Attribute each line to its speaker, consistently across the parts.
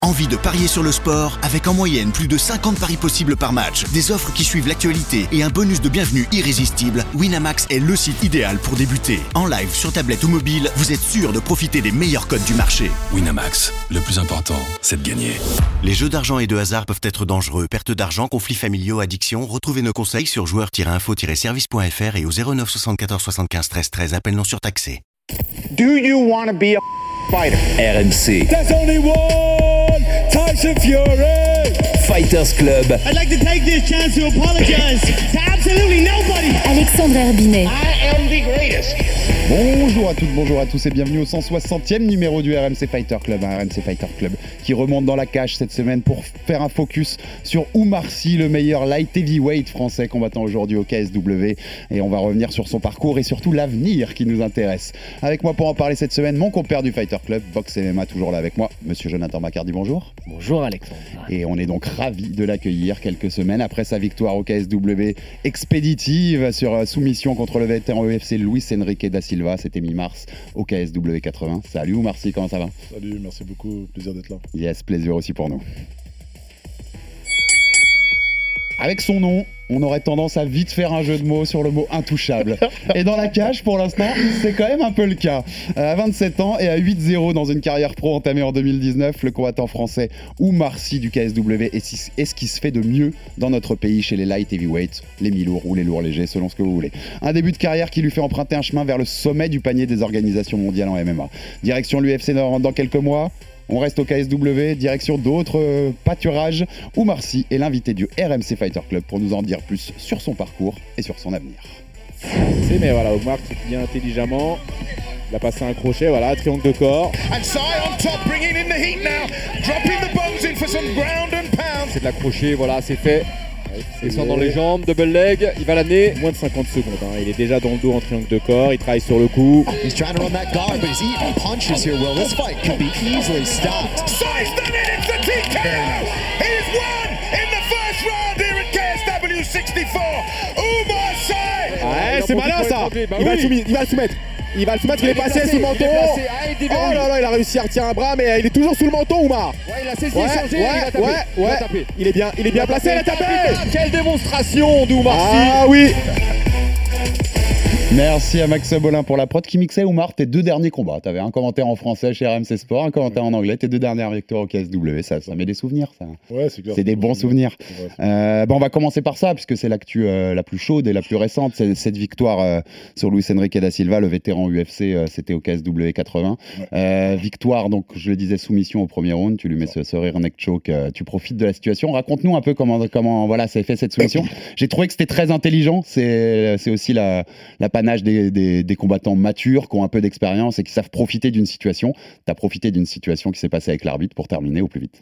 Speaker 1: Envie de parier sur le sport avec en moyenne plus de 50 paris possibles par match, des offres qui suivent l'actualité et un bonus de bienvenue irrésistible? Winamax est le site idéal pour débuter. En live, sur tablette ou mobile, vous êtes sûr de profiter des meilleurs codes du marché.
Speaker 2: Winamax, le plus important, c'est de gagner.
Speaker 1: Les jeux d'argent et de hasard peuvent être dangereux. Perte d'argent, conflits familiaux, addiction. Retrouvez nos conseils sur joueurs-info-service.fr et au 09 74 75 13 13. Appel non surtaxé.
Speaker 3: Do you want to be a fighter?
Speaker 4: RMC.
Speaker 3: There's only one Tyson Fury.
Speaker 4: Fighters Club.
Speaker 5: I'd like to take this chance to apologize to absolutely nobody.
Speaker 6: Alexandre Herbinet.
Speaker 3: I am the greatest.
Speaker 7: Bonjour à toutes, bonjour à tous et bienvenue au 160e numéro du RMC Fighter Club, un RMC Fighter Club qui remonte dans la cage cette semaine pour faire un focus sur Oumar Sy, le meilleur light heavyweight français combattant aujourd'hui au KSW, et on va revenir sur son parcours et surtout l'avenir qui nous intéresse. Avec moi pour en parler cette semaine, mon compère du Fighter Club, Box MMA, toujours là avec moi, monsieur Jonathan Macardy, bonjour.
Speaker 8: Bonjour Alexandre.
Speaker 7: Et on est donc ravis de l'accueillir quelques semaines après sa victoire au KSW expéditive sur soumission contre le vétéran UFC Luis Enrique da Silva. C'était mi-mars au KSW 80. Salut Oumar Sy, comment ça va?
Speaker 9: Salut, merci beaucoup, plaisir d'être là.
Speaker 7: Yes, plaisir aussi pour nous. Avec son nom, on aurait tendance à vite faire un jeu de mots sur le mot intouchable. Et dans la cage, pour l'instant, c'est quand même un peu le cas. À 27 ans et à 8-0 dans une carrière pro entamée en 2019, le combattant français Oumar Sy du KSW est ce qui se fait de mieux dans notre pays chez les light heavyweights, les mi-lourds ou les lourds légers, selon ce que vous voulez. Un début de carrière qui lui fait emprunter un chemin vers le sommet du panier des organisations mondiales en MMA. Direction l'UFC dans quelques mois. On reste au KSW, direction d'autres pâturages. Oumar Sy est l'invité du RMC Fighter Club pour nous en dire plus sur son parcours et sur son avenir.
Speaker 10: Mais voilà, Oumar qui vient intelligemment. Il a passé un crochet, voilà, triangle de corps. C'est de la crochet, voilà, c'est fait. Descend dans les jambes, double leg, il va l'amener. Moins de 50 secondes, hein. Il est déjà dans le dos en triangle de corps, il travaille sur le coup.
Speaker 11: He's trying to run that guard, but he's eating punches here, Will. This fight could be easily stopped.
Speaker 3: Sy's done it, it's the TKO. He's won in the first round here at KSW 64. Oumar Sy.
Speaker 10: Ouais, c'est malin ça. Il va le soumettre. Il va le soumettre, il est passé sous le menton. Oh là là, il a réussi à retirer un bras, mais il est toujours sous le menton, Oumar.
Speaker 8: Ouais, il a saisi, changé, il a tapé.
Speaker 10: Il est bien placé, il a tapé.
Speaker 8: Quelle démonstration d'Oumar Sy.
Speaker 10: Ah oui.
Speaker 7: Merci à Max Sabolin pour la prod qui mixait. Oumar, tes deux derniers combats. Tu avais un commentaire en français chez RMC Sport, un commentaire en anglais. Tes deux dernières victoires au KSW, ça met des souvenirs, ça.
Speaker 9: Ouais, c'est clair.
Speaker 7: C'est des bons souvenirs. On va commencer par ça, puisque c'est l'actu la plus chaude et la plus récente. C'est cette victoire sur Luis Enrique da Silva, le vétéran UFC, c'était au KSW 80. Ouais. Victoire, donc je le disais, soumission au premier round. Tu lui mets ce rear neck choke. Tu profites de la situation. Raconte-nous un peu comment voilà, ça a fait cette soumission. J'ai trouvé que c'était très intelligent. C'est aussi l'apanage des combattants matures qui ont un peu d'expérience et qui savent profiter d'une situation. Tu as profité d'une situation qui s'est passée avec l'arbitre pour terminer au plus vite.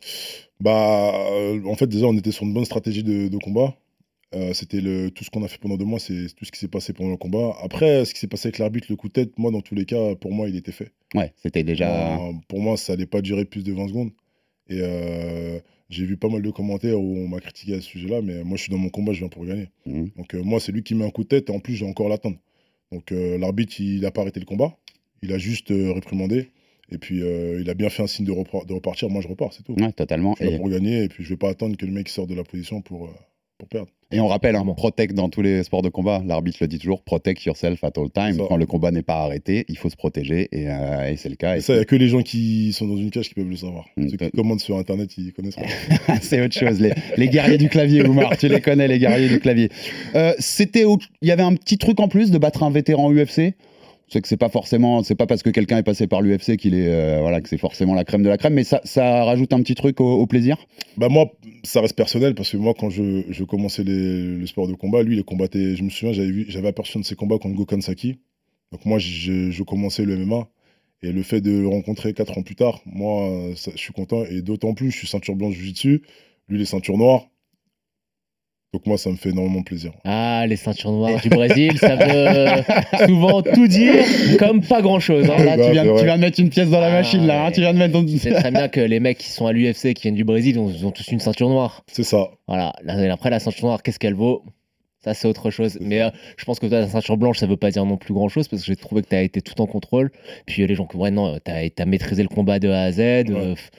Speaker 9: En fait, déjà, on était sur une bonne stratégie de combat. C'était tout ce qu'on a fait pendant 2 mois, c'est tout ce qui s'est passé pendant le combat. Après, ce qui s'est passé avec l'arbitre, le coup de tête, moi, dans tous les cas, pour moi, il était fait.
Speaker 7: Ouais, c'était déjà...
Speaker 9: Pour moi, ça n'allait pas durer plus de 20 secondes. Et j'ai vu pas mal de commentaires où on m'a critiqué à ce sujet-là, mais moi, je suis dans mon combat, je viens pour gagner. Donc, moi, c'est lui qui met un coup de tête, et en plus, j'ai encore l'attendre. Donc l'arbitre, il n'a pas arrêté le combat, il a juste réprimandé, et puis il a bien fait un signe de repartir. Moi je repars, c'est tout.
Speaker 7: Ouais, totalement.
Speaker 9: Je suis là pour gagner, et puis je ne vais pas attendre que le mec sorte de la position pour perdre.
Speaker 7: Et on rappelle, protect dans tous les sports de combat, l'arbitre le dit toujours, protect yourself at all time. Quand le combat n'est pas arrêté, il faut se protéger, et c'est le cas.
Speaker 9: Et ça, il n'y a que les gens qui sont dans une cage qui peuvent le savoir. Ceux qui commandent sur Internet, ils connaissent pas.
Speaker 7: C'est autre chose, les guerriers du clavier, Oumar, tu les connais, les guerriers du clavier. Il y avait un petit truc en plus de battre un vétéran UFC. C'est que c'est pas parce que quelqu'un est passé par l'UFC qu'il est que c'est forcément la crème de la crème, mais ça rajoute un petit truc au plaisir.
Speaker 9: Moi, ça reste personnel, parce que moi, quand je commençais le sport de combat, lui, il combattait. Je me souviens, j'avais aperçu un de ses combats contre Gokhan Saki. Donc moi, je commençais le MMA, et le fait de le rencontrer 4 ans plus tard, moi, je suis content, et d'autant plus, je suis ceinture blanche jiu-jitsu, lui, il est ceinture noire. Donc moi, ça me fait énormément plaisir.
Speaker 8: Ah, les ceintures noires du Brésil, ça veut souvent tout dire comme pas grand-chose. Hein.
Speaker 7: Là, tu viens de mettre une pièce dans la machine. Là, hein, tu viens de mettre.
Speaker 8: C'est très bien que les mecs qui sont à l'UFC, qui viennent du Brésil, ils ont tous une ceinture noire.
Speaker 9: C'est ça.
Speaker 8: Voilà. Après, la ceinture noire, qu'est-ce qu'elle vaut? Ça, c'est autre chose. Mais je pense que toi, la ceinture blanche, ça veut pas dire non plus grand-chose, parce que j'ai trouvé que tu as été tout en contrôle. Puis les gens qui, ouais, non, tu as maîtrisé le combat de A à Z.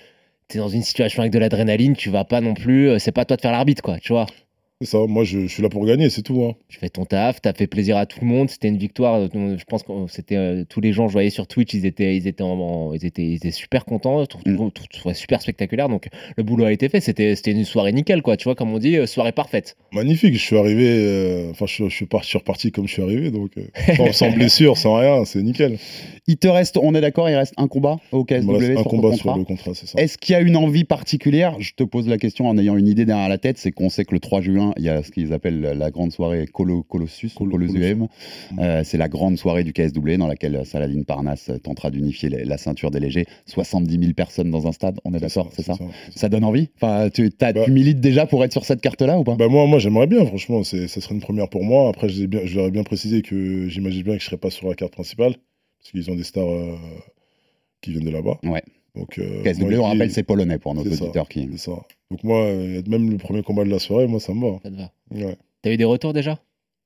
Speaker 8: t'es dans une situation avec de l'adrénaline, tu vas pas non plus. C'est pas à toi de faire l'arbitre, quoi, tu vois.
Speaker 9: C'est ça, moi je suis là pour gagner, c'est tout. Hein.
Speaker 8: Tu fais ton taf, t'as fait plaisir à tout le monde, c'était une victoire. Je pense que c'était tous les gens, je voyais sur Twitch, ils étaient super contents, ouais, super spectaculaire. Donc le boulot a été fait, c'était une soirée nickel, quoi. Tu vois, comme on dit, soirée parfaite.
Speaker 9: Magnifique, je suis arrivé, je suis reparti comme je suis arrivé, donc sans blessure, sans rien, c'est nickel.
Speaker 7: Il te reste, on est d'accord, il reste un combat au KSW.
Speaker 9: Il me reste un
Speaker 7: sur
Speaker 9: combat
Speaker 7: ton
Speaker 9: sur
Speaker 7: contrat.
Speaker 9: le contrat, c'est ça.
Speaker 7: Est-ce qu'il y a une envie particulière? Je te pose la question en ayant une idée derrière la tête, c'est qu'on sait que le 3 juin, il y a ce qu'ils appellent la grande soirée Colossus. C'est la grande soirée du KSW dans laquelle Saladin Parnasse tentera d'unifier la ceinture des légers. 70 000 personnes dans un stade, on est d'accord, c'est ça? Ça donne envie? Enfin, tu milites déjà pour être sur cette carte-là ou pas?
Speaker 9: Moi j'aimerais bien, franchement, ça serait une première pour moi. Après, je leur ai bien précisé que j'imagine bien que je ne serais pas sur la carte principale, parce qu'ils ont des stars qui viennent de là-bas.
Speaker 7: Ouais.
Speaker 9: Donc,
Speaker 7: KSW, on rappelle, c'est polonais pour nos auditeurs qui.
Speaker 9: C'est ça. Donc moi, même le premier combat de la soirée, moi ça me va.
Speaker 8: Ça te va.
Speaker 9: Ouais.
Speaker 8: T'as eu des retours déjà?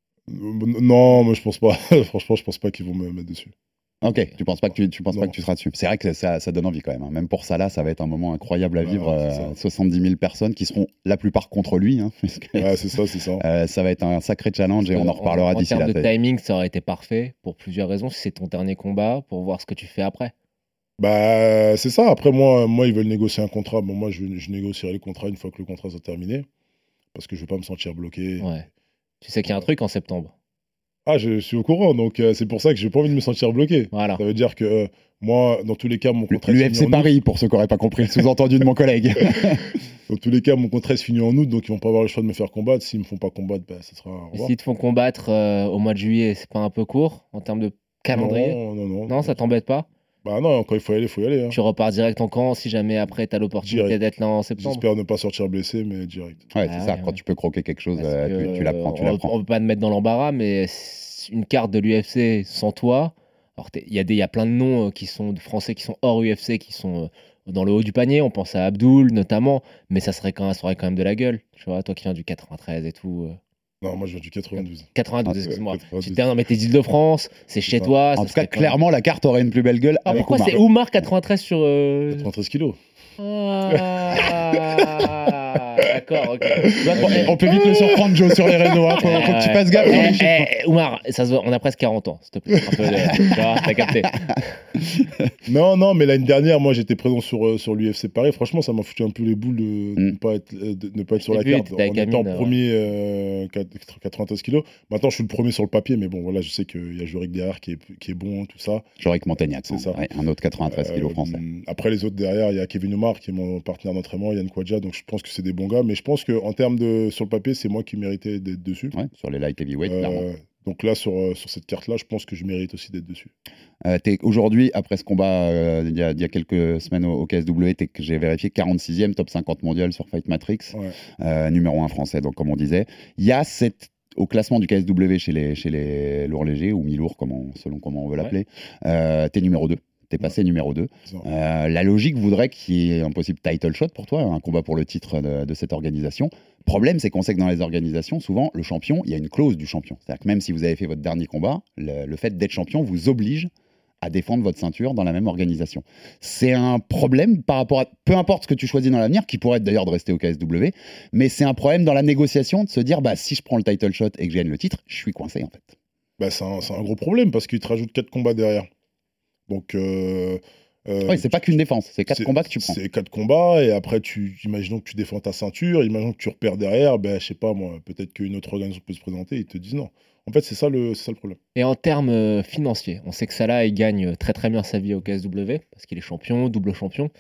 Speaker 9: Non, moi je pense pas. Franchement, je pense pas qu'ils vont me mettre dessus.
Speaker 7: Ok, tu penses pas que tu seras dessus. C'est vrai que ça donne envie quand même. Hein. Même pour Salah, ça va être un moment incroyable à vivre. 70 000 personnes qui seront la plupart contre lui. Hein,
Speaker 9: ouais, c'est ça.
Speaker 7: Ça va être un sacré challenge et on en reparlera d'ici là.
Speaker 8: En termes de timing, ça aurait été parfait pour plusieurs raisons. Si c'est ton dernier combat, pour voir ce que tu fais après.
Speaker 9: Bah, c'est ça. Après, moi, ils veulent négocier un contrat. Bon, moi, je négocierai le contrat une fois que le contrat sera terminé. Parce que je ne vais pas me sentir bloqué.
Speaker 8: Ouais. Tu sais qu'il y a un truc en septembre.
Speaker 9: Ah, je suis au courant. Donc, c'est pour ça que je n'ai pas envie de me sentir bloqué.
Speaker 8: Voilà.
Speaker 9: Ça veut dire que moi, dans tous les cas, mon contrat.
Speaker 7: L'UFC Paris, pour ceux qui n'auraient pas compris le sous-entendu de mon collègue.
Speaker 9: Dans tous les cas, mon contrat se finit en août. Donc, ils ne vont pas avoir le choix de me faire combattre. S'ils ne me font pas combattre, bah, ça sera.
Speaker 8: S'ils te font combattre au mois de juillet, c'est pas un peu court en termes de calendrier? Non, ça t'embête pas?
Speaker 9: Bah non, quand il faut y aller. Hein.
Speaker 8: Tu repars direct en camp si jamais après t'as l'opportunité d'être là en septembre.
Speaker 9: J'espère ne pas sortir blessé, mais direct.
Speaker 7: Ouais, c'est ça. Quand tu peux croquer quelque chose, tu l'apprends.
Speaker 8: On peut pas te mettre dans l'embarras, mais une carte de l'UFC sans toi. Alors il y a plein de noms qui sont de Français qui sont hors UFC, qui sont dans le haut du panier. On pense à Abdul notamment, mais ça aurait quand même de la gueule. Tu vois, toi qui viens du 93 et tout.
Speaker 9: Non, moi je viens du 92.
Speaker 8: 92, excuse-moi. Tu te dis, non, mais t'es d'Île-de-France, c'est chez toi.
Speaker 7: En tout cas, clairement, la carte aurait une plus belle gueule.
Speaker 8: Ah, pourquoi c'est Oumar 93 sur.
Speaker 9: 93 kilos.
Speaker 8: D'accord, ok.
Speaker 7: On peut vite le surprendre, Joe, sur les réseaux. Hein. Faut que tu fasses gaffe.
Speaker 8: Oumar, ça se voit, on a presque 40 ans, s'il te plaît. Un peu t'as capté.
Speaker 9: Non, mais l'année dernière, moi j'étais présent sur l'UFC Paris. Franchement, ça m'a foutu un peu les boules de ne pas être sur la carte. En étant premier 93 kilos. Maintenant, je suis le premier sur le papier, mais bon, voilà, je sais qu'il y a Jorick derrière qui est bon, tout ça.
Speaker 7: Jorick Montagnac, c'est ça. Ouais, un autre 93 kilos français.
Speaker 9: Après, les autres derrière, il y a Kevin Omar qui est mon partenaire d'entraînement, Yann Kwadja, donc je pense que c'est des bons gars. Mais je pense qu'en termes sur le papier, c'est moi qui méritais d'être dessus.
Speaker 7: Ouais, sur les light heavyweight, clairement.
Speaker 9: Donc là, sur cette carte-là, je pense que je mérite aussi d'être dessus.
Speaker 7: Aujourd'hui, après ce combat, il y a quelques semaines au KSW, j'ai vérifié 46e, top 50 mondial sur Fight Matrix, numéro 1 français, donc comme on disait. Il y a au classement du KSW chez les lourds légers, ou mi-lourds, selon comment on veut l'appeler, t'es numéro 2. T'es passé numéro 2. La logique voudrait qu'il y ait un possible title shot pour toi, un combat pour le titre de cette organisation. Problème, c'est qu'on sait que dans les organisations, souvent, le champion, il y a une clause du champion. C'est-à-dire que même si vous avez fait votre dernier combat, le fait d'être champion vous oblige à défendre votre ceinture dans la même organisation. C'est un problème par rapport à... Peu importe ce que tu choisis dans l'avenir, qui pourrait être d'ailleurs de rester au KSW, mais c'est un problème dans la négociation de se dire, si je prends le title shot et que je gagne le titre, je suis coincé en fait.
Speaker 9: C'est un gros problème parce qu'il te rajoute 4 combats derrière. Donc,
Speaker 7: oui, c'est pas qu'une défense, c'est 4 combats que tu prends.
Speaker 9: C'est 4 combats et après, imaginons que tu défends ta ceinture, imaginons que tu repères derrière, je sais pas moi, peut-être qu'une autre organisation peut se présenter et ils te disent non. En fait, c'est ça le problème.
Speaker 8: Et en termes financiers, on sait que Salah, il gagne très très bien sa vie au KSW parce qu'il est champion, double champion.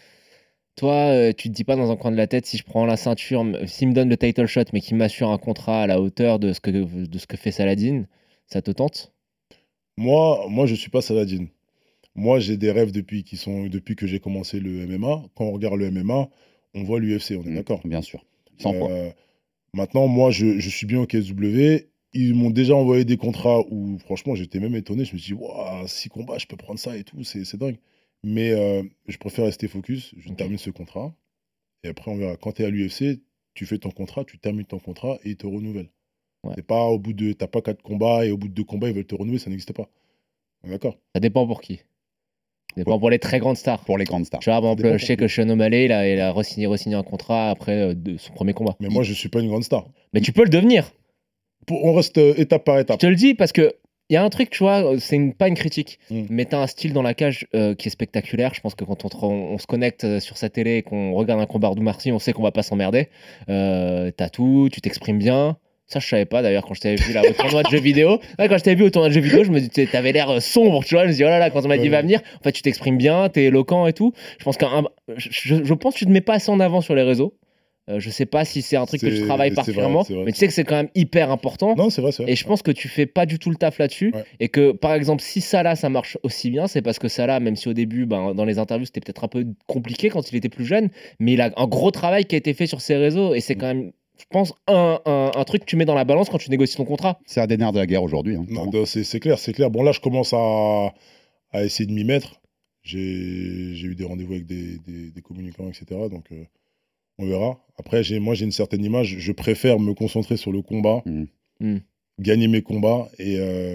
Speaker 8: Toi, tu te dis pas dans un coin de la tête, si je prends la ceinture, s'il me donne le title shot, mais qu'il m'assure un contrat à la hauteur de ce que fait Saladin, ça te tente?
Speaker 9: Moi, je suis pas Saladin. Moi, j'ai des rêves depuis que j'ai commencé le MMA. Quand on regarde le MMA, on voit l'UFC, on est d'accord?
Speaker 7: Bien sûr. 100 fois.
Speaker 9: Maintenant, moi, je suis bien au KSW. Ils m'ont déjà envoyé des contrats où, franchement, j'étais même étonné. Je me suis dit, 6 combats, je peux prendre ça et tout, c'est dingue. Mais je préfère rester focus. Je termine ce contrat. Et après, on verra. Quand tu es à l'UFC, tu fais ton contrat, tu termines ton contrat et ils te renouvellent. Ouais. C'est pas t'as pas 4 combats et au bout de 2 combats, ils veulent te renouveler, ça n'existe pas. D'accord?
Speaker 8: Ça dépend pour qui. dépend pour les très grandes stars.
Speaker 7: Pour les grandes stars.
Speaker 8: Tu vois, par
Speaker 9: dépend
Speaker 8: exemple, je sais
Speaker 9: pour
Speaker 8: que Sean O'Malley, il a re-signé un contrat après de son premier combat.
Speaker 9: Mais moi, je suis pas une grande star.
Speaker 8: Mais tu peux le devenir.
Speaker 9: On reste étape par
Speaker 8: Je
Speaker 9: étape.
Speaker 8: te le dis parce que il y a un truc, tu vois, pas une critique,
Speaker 9: Mm.
Speaker 8: mais t'as un style dans la cage qui est spectaculaire. Je pense que quand on se connecte sur sa télé et qu'on regarde un combat d'Oumar Sy, on sait qu'on va pas s'emmerder. T'as tout, tu t'exprimes bien. Ça, je savais pas d'ailleurs quand je t'avais vu là au tournoi de jeux vidéo. Ouais, quand je t'avais vu au tournoi de jeux vidéo, je me dis, t'avais l'air sombre, tu vois. Je me dis, oh là là, quand on m'a dit va venir, en fait, tu t'exprimes bien, t'es éloquent et tout. Je pense je pense que tu te mets pas assez en avant sur les réseaux. Je sais pas si c'est un truc que tu travailles
Speaker 9: C'est
Speaker 8: particulièrement,
Speaker 9: vrai.
Speaker 8: mais tu sais que c'est quand même hyper important.
Speaker 9: Non, c'est vrai.
Speaker 8: Et je pense que tu fais pas du tout le taf là-dessus.
Speaker 9: Ouais.
Speaker 8: Et que, par exemple, si Salah, ça marche aussi bien, c'est parce que Salah, même si au début, dans les interviews, c'était peut-être un peu compliqué quand il était plus jeune, mais il a un gros travail qui a été fait sur ses réseaux. Et c'est quand même, je pense, un truc que tu mets dans la balance quand tu négocies ton contrat.
Speaker 7: C'est un des nerfs de la guerre aujourd'hui. Hein,
Speaker 9: Non, c'est clair. Bon, là, je commence à essayer de m'y mettre. J'ai eu des rendez-vous avec des communicants, etc. Donc, on verra. Après, moi, j'ai une certaine image. Je préfère me concentrer sur le combat, gagner mes combats, et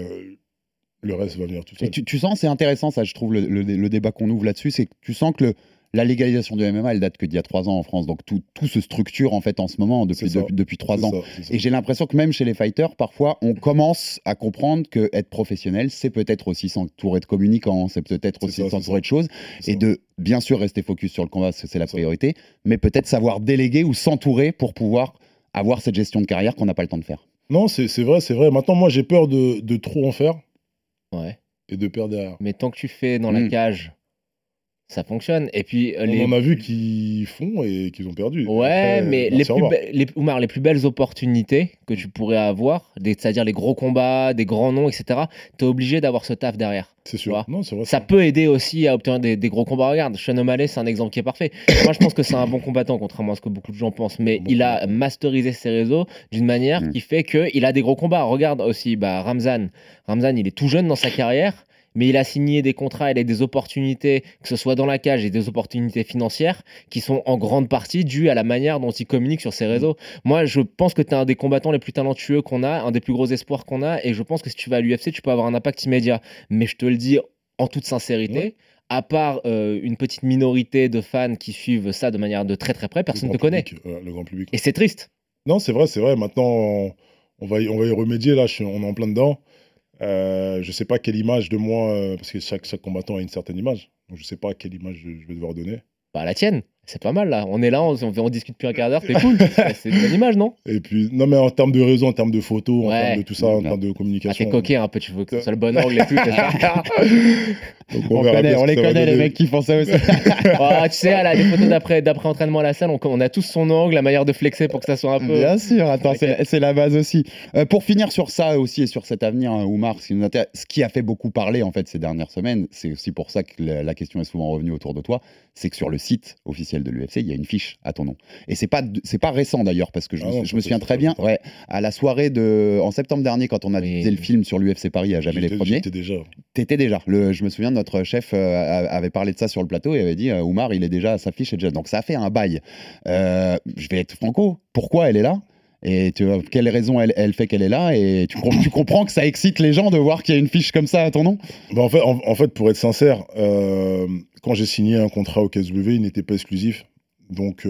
Speaker 9: le reste va venir tout seul.
Speaker 7: Et tu sens, c'est intéressant, ça, je trouve, le débat qu'on ouvre là-dessus, c'est que tu sens que la légalisation du MMA, elle date que d'il y a 3 ans en France. Donc tout se structure en fait en ce moment, depuis 3 ans.
Speaker 9: C'est ça.
Speaker 7: Et j'ai l'impression que même chez les fighters, parfois, on commence à comprendre que être professionnel, c'est peut-être aussi s'entourer de communicants, c'est peut-être aussi s'entourer de choses, et de bien sûr rester focus sur le combat, parce que c'est la priorité, mais peut-être savoir déléguer ou s'entourer pour pouvoir avoir cette gestion de carrière qu'on n'a pas le temps de faire.
Speaker 9: Non, c'est vrai. Maintenant, moi, j'ai peur de trop en faire.
Speaker 8: Ouais.
Speaker 9: Et de perdre derrière.
Speaker 8: Mais tant que tu fais dans la cage, ça fonctionne. Et puis
Speaker 9: on en a vu qui font et qu'ils ont perdu.
Speaker 8: Ouais,
Speaker 9: après,
Speaker 8: mais Oumar, les plus belles opportunités que tu pourrais avoir, c'est-à-dire les gros combats, des grands noms, etc., tu es obligé d'avoir ce taf derrière.
Speaker 9: C'est sûr. Non, c'est vrai,
Speaker 8: ça peut aider aussi à obtenir des gros combats. Regarde, Sean O'Malley, c'est un exemple qui est parfait. Moi, je pense que c'est un bon combattant, contrairement à ce que beaucoup de gens pensent. Mais il a masterisé ses réseaux d'une manière qui fait qu'il a des gros combats. Regarde aussi Ramzan. Ramzan, il est tout jeune dans sa carrière, mais il a signé des contrats, il a des opportunités, que ce soit dans la cage et des opportunités financières, qui sont en grande partie dues à la manière dont il communique sur ses réseaux. Moi, je pense que tu es un des combattants les plus talentueux qu'on a, un des plus gros espoirs qu'on a, et je pense que si tu vas à l'UFC, tu peux avoir un impact immédiat. Mais je te le dis en toute sincérité, à part une petite minorité de fans qui suivent ça de manière de très très près, personne ne te connaît.
Speaker 9: Le grand public.
Speaker 8: Et c'est triste.
Speaker 9: Non, c'est vrai. Maintenant, on va y remédier, là, on est en plein dedans. Je sais pas quelle image de moi, parce que chaque combattant a une certaine image, donc je sais pas quelle image je vais devoir donner.
Speaker 8: Bah la tienne, c'est pas mal là. On est là, on discute depuis un quart d'heure, c'est cool. C'est une bonne image, non?
Speaker 9: Et puis, non, mais en termes de réseau, en termes de photos, en termes de tout ça, en termes de communication.
Speaker 8: T'es coquet un peu, tu veux que ce soit le bon angle et tout, c'est ça.
Speaker 9: Donc
Speaker 7: on les connaît, les mecs qui font ça aussi.
Speaker 8: Tu sais, là, les photos d'après entraînement à la salle, on a tous son angle, la manière de flexer pour que ça soit un peu.
Speaker 7: Bien sûr, attends, c'est la base aussi. Pour finir sur ça aussi et sur cet avenir, Oumar, ce qui a fait beaucoup parler en fait ces dernières semaines, c'est aussi pour ça que la question est souvent revenue autour de toi, c'est que sur le site officiel de l'UFC, il y a une fiche à ton nom. Et c'est pas récent d'ailleurs, parce que je me souviens très bien, à la soirée en septembre dernier, quand on a diffusé le film sur l'UFC Paris à Jamais les Premiers. T'étais déjà. Je me souviens, notre chef avait parlé de ça sur le plateau et avait dit Oumar, il est déjà à sa fiche. Donc ça a fait un bail. Je vais être franco. Pourquoi elle est là? Et quelle raison elle fait qu'elle est là? Et tu comprends que ça excite les gens de voir qu'il y a une fiche comme ça à ton nom?
Speaker 9: En fait, pour être sincère, quand j'ai signé un contrat au KSW, il n'était pas exclusif. Donc,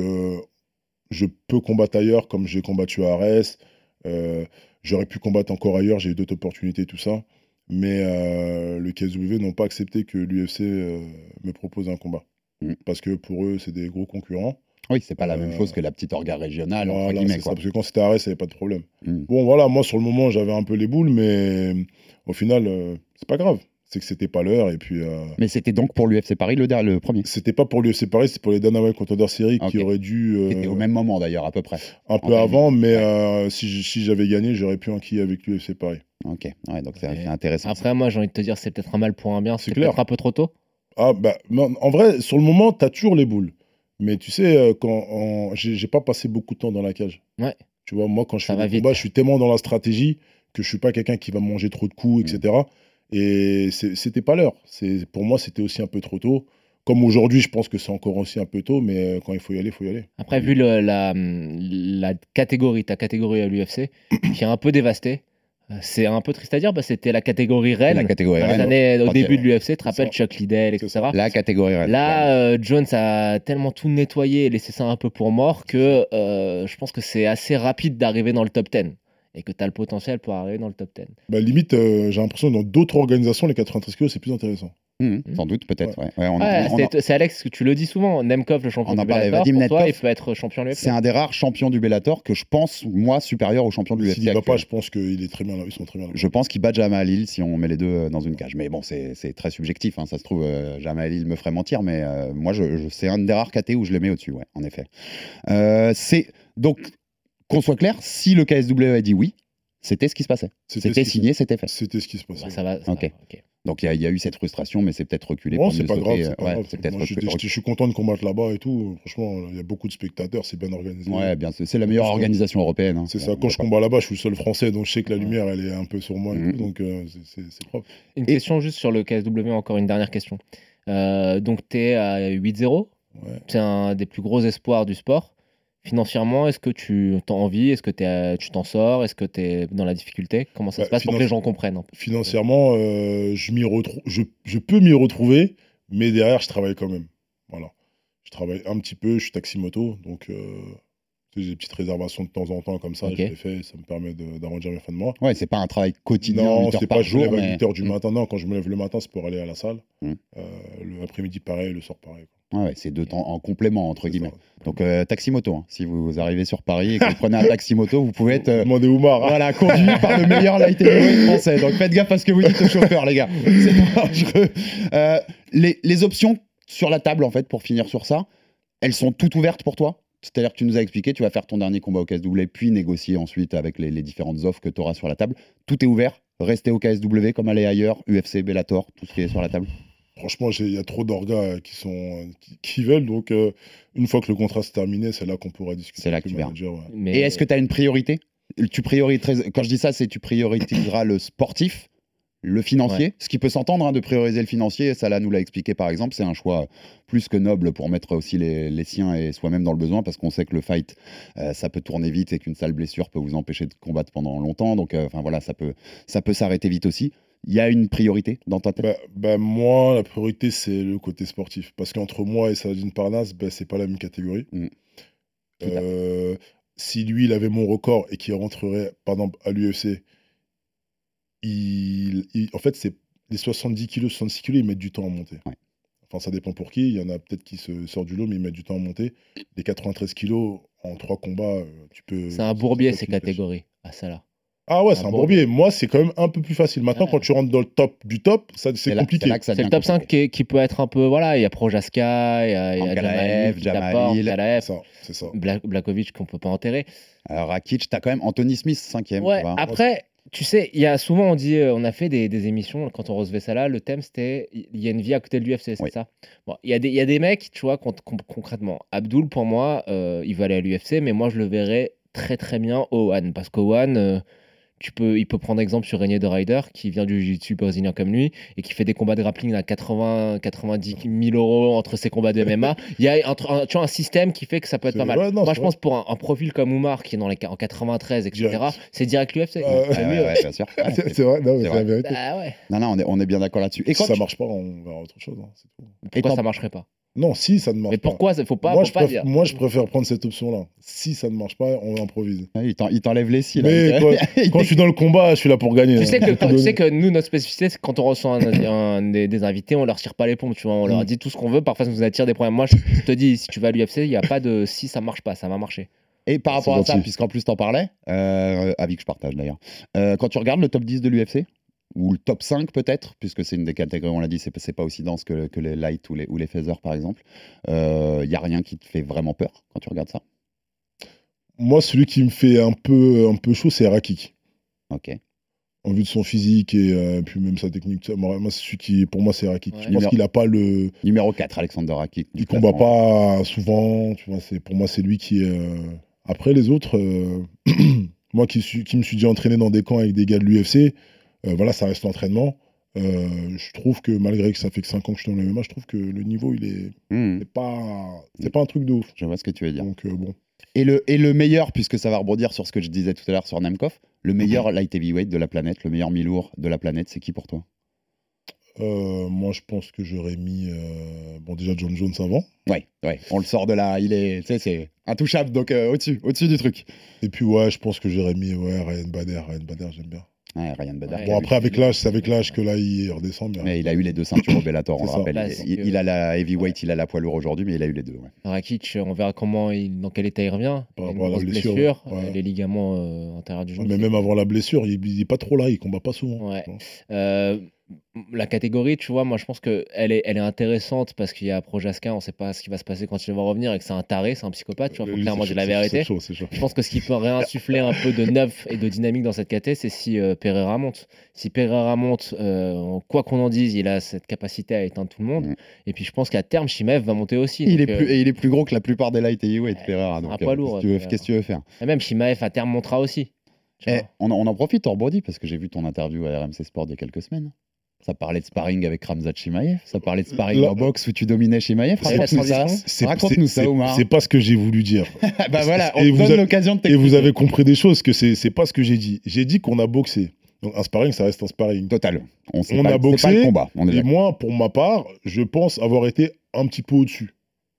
Speaker 9: je peux combattre ailleurs, comme j'ai combattu à Arès. J'aurais pu combattre encore ailleurs, j'ai eu d'autres opportunités, tout ça. Mais le KSW n'ont pas accepté que l'UFC me propose un combat. Parce que pour eux, c'est des gros concurrents.
Speaker 7: Oui, c'est pas la même chose que la petite orga régionale, entre guillemets.
Speaker 9: Ça, parce que quand c'était Arès, il n'y avait pas de problème. Bon, voilà, moi, sur le moment, j'avais un peu les boules, mais au final, c'est pas grave. C'est que c'était pas l'heure, et puis...
Speaker 7: Mais c'était donc pour l'UFC Paris le premier?
Speaker 9: C'était pas pour l'UFC Paris, c'était pour les Dana White Contender Series qui auraient dû...
Speaker 7: C'était au même moment, d'ailleurs, à peu près.
Speaker 9: Un peu avant, mais si j'avais gagné, j'aurais pu enquiller avec l'UFC Paris.
Speaker 7: Ok, ouais, donc c'est intéressant.
Speaker 8: Après, moi, j'ai envie de te dire, c'est peut-être un mal pour un bien. C'est peut-être un peu trop tôt.
Speaker 9: Ah, bah, en vrai, sur le moment, t'as toujours les boules. Mais tu sais, j'ai pas passé beaucoup de temps dans la cage.
Speaker 8: Ouais.
Speaker 9: Tu vois, moi, quand je fais des combats, je suis tellement dans la stratégie que je suis pas quelqu'un qui va manger trop de coups, etc. Et c'était pas l'heure. Pour moi, c'était aussi un peu trop tôt. Comme aujourd'hui, je pense que c'est encore aussi un peu tôt, mais quand il faut y aller, il faut y aller.
Speaker 8: Après, vu ta catégorie à l'UFC, qui est un peu dévastée, C'est un peu triste à dire, c'était la catégorie reine.
Speaker 7: La catégorie
Speaker 8: dans les
Speaker 7: reine.
Speaker 8: années, au
Speaker 7: Ok.
Speaker 8: début de l'UFC, tu te rappelles
Speaker 9: ça.
Speaker 8: Chuck Liddell, etc.
Speaker 7: La catégorie reine.
Speaker 8: Là, Jones a tellement tout nettoyé et laissé ça un peu pour mort que je pense que c'est assez rapide d'arriver dans le top 10 et que tu as le potentiel pour arriver dans le top 10.
Speaker 9: Bah, limite, j'ai l'impression que dans d'autres organisations, les 93 kg, c'est plus intéressant.
Speaker 7: Sans doute, peut-être. Ouais. Ouais,
Speaker 8: C'est Alex, que tu le dis souvent, Nemkov, le champion
Speaker 7: On en
Speaker 8: du
Speaker 7: parlait,
Speaker 8: Bellator,
Speaker 7: Vadim
Speaker 8: pour toi,
Speaker 7: Nemkov,
Speaker 8: il peut être champion de l'UFC.
Speaker 7: c'est un des rares champions du Bellator que je pense, moi, supérieur au champion de l'UFC.
Speaker 9: S'il n'y va pas,
Speaker 7: actuel.
Speaker 9: je pense qu'ils sont très bien là.
Speaker 7: Je pense qu'il bat Jamal Hill si on met les deux dans une cage. Mais bon, c'est très subjectif. Ça se trouve, Jamal Hill me ferait mentir, mais moi, c'est un des rares KT où je les mets au-dessus, ouais, en effet. Donc, qu'on soit clair, si le KSW a dit oui, c'était ce qui se passait. C'était signé, c'était fait.
Speaker 9: C'était ce qui se passait.
Speaker 8: Ouais, ça va.
Speaker 7: Ok. Donc il y a eu cette frustration, mais c'est peut-être reculé.
Speaker 9: Bon,
Speaker 7: pour
Speaker 9: c'est
Speaker 7: mieux
Speaker 9: pas
Speaker 7: sauter.
Speaker 9: grave.
Speaker 7: Ouais, c'est peut-être
Speaker 9: Moi, je suis content de combattre là-bas et tout. Franchement, il y a beaucoup de spectateurs, c'est bien organisé.
Speaker 7: Ouais, bien, c'est la meilleure organisation européenne.
Speaker 9: C'est ça. Quand je combats là-bas, je suis le seul français, donc je sais que la lumière, elle est un peu sur moi. Et tout, donc c'est propre.
Speaker 8: Une question juste sur le KSW, encore une dernière question. Donc tu es à 8-0.
Speaker 9: Ouais.
Speaker 8: C'est un des plus gros espoirs du sport. Financièrement, est-ce que tu t'en envies? Est-ce que tu t'en sors? Est-ce que tu es dans la difficulté? Comment ça se passe pour que les gens comprennent un peu?
Speaker 9: Financièrement, je peux m'y retrouver, mais derrière, je travaille quand même. Voilà. Je travaille un petit peu, je suis taxi-moto, donc j'ai des petites réservations de temps en temps comme ça,
Speaker 8: Ok.
Speaker 9: je les fais, ça me permet d'arrondir mes fins de mois.
Speaker 7: Ouais, c'est pas un travail quotidien,
Speaker 9: Non,
Speaker 7: 8 heures
Speaker 9: c'est
Speaker 7: par
Speaker 9: pas je me
Speaker 7: jour.
Speaker 9: lève à
Speaker 7: Mais...
Speaker 9: 8h du matin. Non, quand je me lève le matin, c'est pour aller à la salle.
Speaker 7: Mm.
Speaker 9: L'après-midi, pareil, le soir, pareil.
Speaker 7: Ouais, c'est deux temps en complément, entre
Speaker 9: C'est
Speaker 7: guillemets.
Speaker 9: ça.
Speaker 7: Donc, taxi-moto. Si vous arrivez sur Paris et que vous prenez un taxi-moto, vous pouvez être
Speaker 9: Demandez Oumar. hein.
Speaker 7: voilà, conduit par le meilleur light heavyweight français. Donc, faites gaffe à ce que vous dites aux chauffeurs, les gars. C'est dangereux. Les options sur la table, en fait, pour finir sur ça, elles sont toutes ouvertes pour toi? C'est-à-dire que tu nous as expliqué, tu vas faire ton dernier combat au KSW, puis négocier ensuite avec les différentes offres que tu auras sur la table. Tout est ouvert. Restez au KSW comme aller ailleurs, UFC, Bellator, tout ce qui est sur la table.
Speaker 9: Franchement, il y a trop d'orgas qui veulent. Donc, une fois que le contrat s'est terminé, c'est là qu'on pourra discuter.
Speaker 7: C'est là
Speaker 9: avec
Speaker 7: que
Speaker 9: le
Speaker 7: tu verras.
Speaker 9: manager, ouais.
Speaker 8: Mais
Speaker 7: Et est-ce que tu as une priorité? Quand je dis ça, c'est tu prioriseras le sportif, le financier, ce qui peut s'entendre de prioriser le financier. Salah nous l'a expliqué par exemple, c'est un choix plus que noble pour mettre aussi les siens et soi-même dans le besoin, parce qu'on sait que le fight, ça peut tourner vite et qu'une sale blessure peut vous empêcher de combattre pendant longtemps. Donc, voilà, ça peut s'arrêter vite aussi. Il y a une priorité dans ta tête?
Speaker 9: Moi, la priorité, c'est le côté sportif. Parce qu'entre moi et Saladin Parnasse, c'est pas la même catégorie.
Speaker 7: Mm. Tout à
Speaker 9: Si lui, il avait mon record et qu'il rentrerait, par exemple, à l'UFC, en fait, c'est les 70 kilos, 66 kilos, ils mettent du temps à monter.
Speaker 7: Ouais.
Speaker 9: Enfin, ça dépend pour qui. Il y en a peut-être qui se sortent du lot, mais ils mettent du temps à monter. Les 93 kilos, en 3 combats, tu peux...
Speaker 8: c'est un bourbier,
Speaker 9: c'est
Speaker 8: ces
Speaker 9: pas plus
Speaker 8: catégories. Ah, ça là.
Speaker 9: Ah ouais, c'est un bourbier. Moi, c'est quand même un peu plus facile. Maintenant,
Speaker 8: Ouais.
Speaker 9: quand tu rentres dans le top du top, c'est compliqué.
Speaker 7: C'est là que ça
Speaker 8: C'est le
Speaker 7: devient
Speaker 8: top 5
Speaker 7: compliqué.
Speaker 8: qui peut être un peu. Voilà, il y a Projaska, il y a
Speaker 7: Ankalaev,
Speaker 8: Jamal Hill,
Speaker 7: Jamal Hill.
Speaker 9: C'est ça.
Speaker 8: Blakovic qu'on peut pas enterrer.
Speaker 7: Alors, Rakic, t'as quand même Anthony Smith, 5e.
Speaker 8: Ouais,
Speaker 7: tu vois.
Speaker 8: après, tu sais, il y a souvent, on a fait des émissions, quand on recevait ça là, le thème c'était il y a une vie à côté de l'UFC, c'est
Speaker 7: Oui.
Speaker 8: ça? Bon, il y a des mecs, tu vois, concrètement, Abdul, pour moi, il va aller à l'UFC, mais moi je le verrais très très bien au One, parce qu'au One, il peut prendre exemple sur Régnier de Ryder, qui vient du jiu-jitsu brésilien comme lui, et qui fait des combats de grappling à 90 000 euros entre ses combats de MMA. Il y a tu vois, un système qui fait que ça peut être
Speaker 9: C'est
Speaker 8: pas mal.
Speaker 9: vrai, non,
Speaker 8: moi,
Speaker 9: c'est
Speaker 8: je pense pour un profil comme Oumar, qui est en 93, etc.,
Speaker 9: Direct.
Speaker 8: c'est direct l'UFC.
Speaker 7: Ouais, bien sûr. Ouais,
Speaker 9: C'est vrai, non, mais
Speaker 7: C'est
Speaker 9: c'est
Speaker 7: vrai.
Speaker 9: la vérité.
Speaker 8: Bah ouais.
Speaker 7: Non, on est bien d'accord là-dessus. Et
Speaker 9: Si
Speaker 7: quand
Speaker 9: ça
Speaker 7: tu-
Speaker 9: marche pas, on verra autre chose. hein, c'est tout.
Speaker 8: Pourquoi
Speaker 7: t'en-
Speaker 8: ça marcherait pas?
Speaker 9: Non, si ça ne marche
Speaker 8: Mais
Speaker 9: pas.
Speaker 8: pourquoi? Faut pas,
Speaker 9: moi,
Speaker 8: faut pas dire.
Speaker 9: moi, je préfère prendre cette option-là. Si ça ne marche pas, on improvise.
Speaker 7: Ouais, il t'enlève les cils.
Speaker 9: Mais quand je suis dans le combat, je suis là pour gagner.
Speaker 8: Tu
Speaker 9: hein.
Speaker 8: sais,
Speaker 9: Tout donner.
Speaker 8: que nous, notre spécificité, c'est que quand on reçoit des invités, on leur tire pas les pompes, tu vois, on leur dit tout ce qu'on veut, parfois ça nous attire des problèmes. Moi, je te dis, si tu vas à l'UFC, il n'y a pas de si ça marche pas, ça va marcher.
Speaker 7: Et par rapport
Speaker 9: C'est
Speaker 7: à ça,
Speaker 9: gentil.
Speaker 7: puisqu'en plus t'en parlais, avis que je partage d'ailleurs, quand tu regardes le top 10 de l'UFC, ou le top 5 peut-être, puisque c'est une des catégories, on l'a dit, c'est pas aussi dense que les light ou les feathers par exemple, il n'y a rien qui te fait vraiment peur quand tu regardes ça?
Speaker 9: Moi, celui qui me fait un peu chaud, c'est Rakik.
Speaker 7: Ok.
Speaker 9: En vue de son physique et puis même sa technique. tout ça. Moi, c'est celui qui, pour moi, c'est Rakik.
Speaker 8: Ouais.
Speaker 9: Je pense qu'il a pas le.
Speaker 7: Numéro 4, Alexander Rakic.
Speaker 9: Il combat pas souvent. Tu vois, pour moi, c'est lui qui est. Après, les autres, moi qui me suis déjà entraîné dans des camps avec des gars de l'UFC, voilà, ça reste l'entraînement. Je trouve que malgré que ça fait que 5 ans que je suis dans le MMA, je trouve que le niveau, il est.
Speaker 7: Hmm,
Speaker 9: C'est pas un truc de ouf.
Speaker 7: je vois ce que tu veux dire.
Speaker 9: Donc, bon.
Speaker 7: Et le meilleur, puisque ça va rebondir sur ce que je disais tout à l'heure sur Nemkov, le meilleur light heavyweight de la planète, le meilleur mi-lourd de la planète, c'est qui pour toi?
Speaker 9: Moi, je pense que j'aurais mis déjà John Jones avant.
Speaker 7: Ouais, on le sort de là, c'est intouchable, donc au-dessus du truc.
Speaker 9: Et puis ouais, je pense que j'aurais mis Ryan Bader, j'aime bien.
Speaker 7: Ouais, Ryan Bader.
Speaker 9: Bon, après, c'est avec l'âge que là, il redescend bien.
Speaker 7: Mais il a eu les 2 ceintures au Bellator, on le
Speaker 9: C'est ça.
Speaker 7: rappelle.
Speaker 8: Là,
Speaker 7: Il a la heavyweight, il a la poids lourd aujourd'hui, mais il a eu les 2. Ouais.
Speaker 8: Rakic, on verra dans quel état il revient. Il a une
Speaker 9: rapport à la
Speaker 8: grosse
Speaker 9: blessure,
Speaker 8: blessure,
Speaker 9: ouais.
Speaker 8: les ligaments antérieurs du genou.
Speaker 9: Mais même avant la blessure, il est pas trop là, il combat pas souvent.
Speaker 8: Ouais.
Speaker 9: tu vois.
Speaker 8: La catégorie, tu vois, moi je pense qu'elle est intéressante parce qu'il y a Projaska, on sait pas ce qui va se passer quand il va revenir et que c'est un taré, c'est un psychopathe, tu vois, faut
Speaker 9: Lui,
Speaker 8: clairement
Speaker 9: c'est
Speaker 8: dire la
Speaker 9: chaud,
Speaker 8: vérité.
Speaker 9: c'est chaud.
Speaker 8: Je pense que ce qui peut réinsuffler un peu de neuf et de dynamique dans cette caté, c'est si Pereira monte. Si Pereira monte, quoi qu'on en dise, il a cette capacité à éteindre tout le monde. Et puis je pense qu'à terme, Chimaev va monter aussi.
Speaker 7: Il est plus gros que la plupart des light heavyweight, Pereira. Donc,
Speaker 8: un poids lourd.
Speaker 7: qu'est-ce que tu veux faire?
Speaker 8: Et même Chimaev à terme montera aussi. Tu vois.
Speaker 7: On en profite, on rebondit, parce que j'ai vu ton interview à RMC Sport il y a quelques semaines. Ça parlait de sparring avec Khamzat Chimaev, ça parlait de sparring en boxe où tu dominais Chimaev. Raconte-nous ça, Oumar.
Speaker 9: C'est pas ce que j'ai voulu dire.
Speaker 7: Bah voilà, on
Speaker 9: Et
Speaker 7: te
Speaker 9: vous
Speaker 7: donne
Speaker 9: avez-
Speaker 7: l'occasion de
Speaker 9: Et
Speaker 7: t'expliquer.
Speaker 9: vous avez compris des choses que c'est pas ce que j'ai dit. J'ai dit qu'on a boxé. Donc un sparring, ça reste un sparring.
Speaker 7: Total.
Speaker 9: On
Speaker 7: C'est
Speaker 9: a
Speaker 7: pas
Speaker 9: boxé.
Speaker 7: le combat. On est
Speaker 9: Et
Speaker 7: d'accord.
Speaker 9: moi, pour ma part, je pense avoir été un petit peu au-dessus.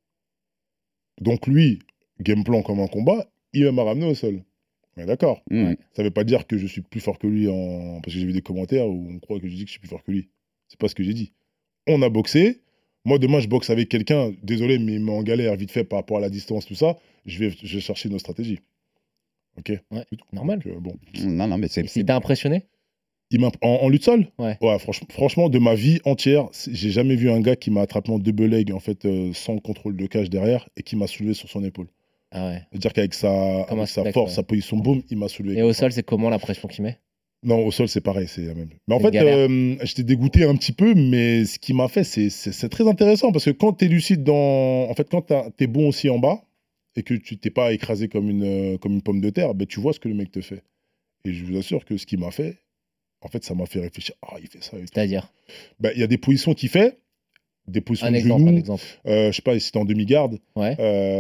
Speaker 9: Donc lui, game plan comme un combat, il m'a ramené au sol. On est d'accord. Ça veut pas dire que je suis plus fort que lui parce que j'ai vu des commentaires où on croit que je dis que je suis plus fort que lui. C'est pas ce que j'ai dit. On a boxé. Moi, demain, je boxe avec quelqu'un. Désolé, mais il met en galère vite fait par rapport à la distance, tout ça. Je vais chercher nos stratégies. Ok.
Speaker 8: Ouais, normal.
Speaker 9: Donc, bon.
Speaker 7: Non, mais
Speaker 8: Il t'a impressionné?
Speaker 9: En lutte seule?
Speaker 8: Ouais.
Speaker 9: Franchement, de ma vie entière, j'ai jamais vu un gars qui m'a attrapé en double leg, en fait, sans contrôle de cage derrière, et qui m'a soulevé sur son épaule.
Speaker 8: Ah ouais.
Speaker 9: C'est-à-dire qu'avec sa force, sa position, boum, il m'a soulevé.
Speaker 8: Et au sol, c'est comment la pression qu'il met?
Speaker 9: Non, au sol, c'est pareil, c'est la même. Mais en
Speaker 8: C'est une
Speaker 9: fait,
Speaker 8: galère.
Speaker 9: j'étais dégoûté un petit peu, mais ce qui m'a fait, c'est très intéressant, parce que quand tu es lucide en fait, quand tu es bon aussi en bas, et que tu t'es pas écrasé comme une pomme de terre, ben, tu vois ce que le mec te fait. Et je vous assure que ce qu'il m'a fait, en fait, ça m'a fait réfléchir. Ah, il fait ça.
Speaker 8: C'est-à-dire?
Speaker 9: Ben, il y a des positions qu'il fait, des positions
Speaker 8: Un
Speaker 9: de
Speaker 8: exemple,
Speaker 9: genoux.
Speaker 8: un exemple.
Speaker 9: Je sais pas, si t'es en demi-garde,
Speaker 8: Ouais.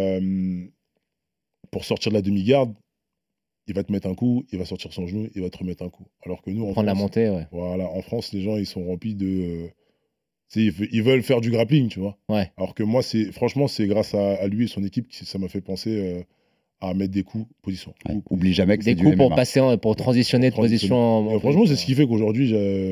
Speaker 9: pour sortir de la demi-garde, il va te mettre un coup, il va sortir son genou, il va te remettre un coup. Alors que nous, en
Speaker 8: Prendre la
Speaker 9: France,
Speaker 8: montée, ouais.
Speaker 9: voilà, en France, les gens, ils sont remplis de... ils veulent faire du grappling, tu vois.
Speaker 8: Ouais.
Speaker 9: Alors que moi, franchement, c'est grâce à lui et son équipe que ça m'a fait penser à mettre des coups, position.
Speaker 7: Ouais, oublie jamais que c'est
Speaker 8: Des
Speaker 7: du
Speaker 8: coups pour
Speaker 7: MMA.
Speaker 8: pour transitionner de position en
Speaker 9: Et franchement, c'est ce qui fait qu'aujourd'hui,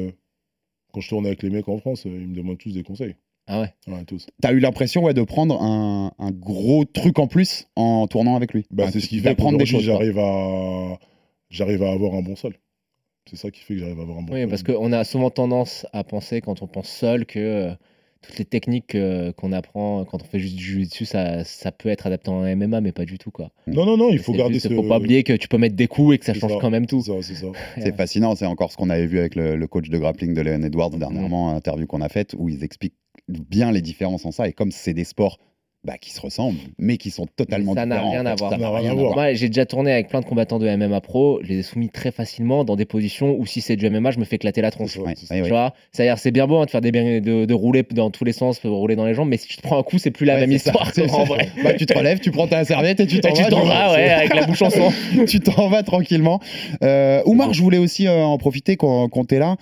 Speaker 9: quand je tourne avec les mecs en France, ils me demandent tous des conseils.
Speaker 8: Ah ouais?
Speaker 9: Ouais, tous.
Speaker 7: T'as eu l'impression de prendre un gros truc en plus en tournant avec lui.
Speaker 9: Bah,
Speaker 7: Enfin,
Speaker 9: c'est ce qui fait
Speaker 7: d'apprendre des
Speaker 9: qu'aujourd'hui,
Speaker 7: choses. quoi.
Speaker 9: j'arrive à avoir un bon sol. C'est ça qui fait que j'arrive à avoir un bon sol.
Speaker 8: Oui, parce qu'on a souvent tendance à penser, quand on pense seul, que toutes les techniques qu'on apprend quand on fait juste du jiu-jitsu, ça peut être adapté en MMA, mais pas du tout, quoi.
Speaker 9: Non, il faut
Speaker 8: C'est
Speaker 9: garder
Speaker 8: juste,
Speaker 9: ce...
Speaker 8: faut pas oublier que tu peux mettre des coups et que ça
Speaker 9: C'est
Speaker 8: change
Speaker 9: ça,
Speaker 8: quand même tout.
Speaker 9: C'est ça.
Speaker 7: C'est fascinant, c'est encore ce qu'on avait vu avec le coach de grappling de Leon Edwards dernièrement, interview qu'on a faite, où ils expliquent bien les différences en ça, et comme c'est des sports qui se ressemblent, mais qui sont totalement
Speaker 8: Ça n'a
Speaker 7: différents.
Speaker 8: rien
Speaker 7: en
Speaker 8: à
Speaker 7: fait.
Speaker 8: voir.
Speaker 7: Ça n'a rien à voir.
Speaker 8: Moi, j'ai déjà tourné avec plein de combattants de MMA pro, je les ai soumis très facilement dans des positions où si c'est du MMA, je me fais éclater la tronche.
Speaker 7: Ouais,
Speaker 8: Tu vois, c'est-à-dire c'est bien beau de faire de rouler dans tous les sens, de rouler dans les jambes, mais si tu te prends un coup, c'est plus la même
Speaker 7: c'est ça,
Speaker 8: histoire
Speaker 7: c'est
Speaker 8: en
Speaker 7: ça.
Speaker 8: vrai.
Speaker 7: Tu te relèves, tu prends ta serviette et tu t'en
Speaker 8: Et tu
Speaker 7: vas.
Speaker 8: t'en vas, ouais, avec la bouche en sang.
Speaker 7: Tu t'en vas tranquillement. Oumar, je voulais aussi en profiter quand t'es là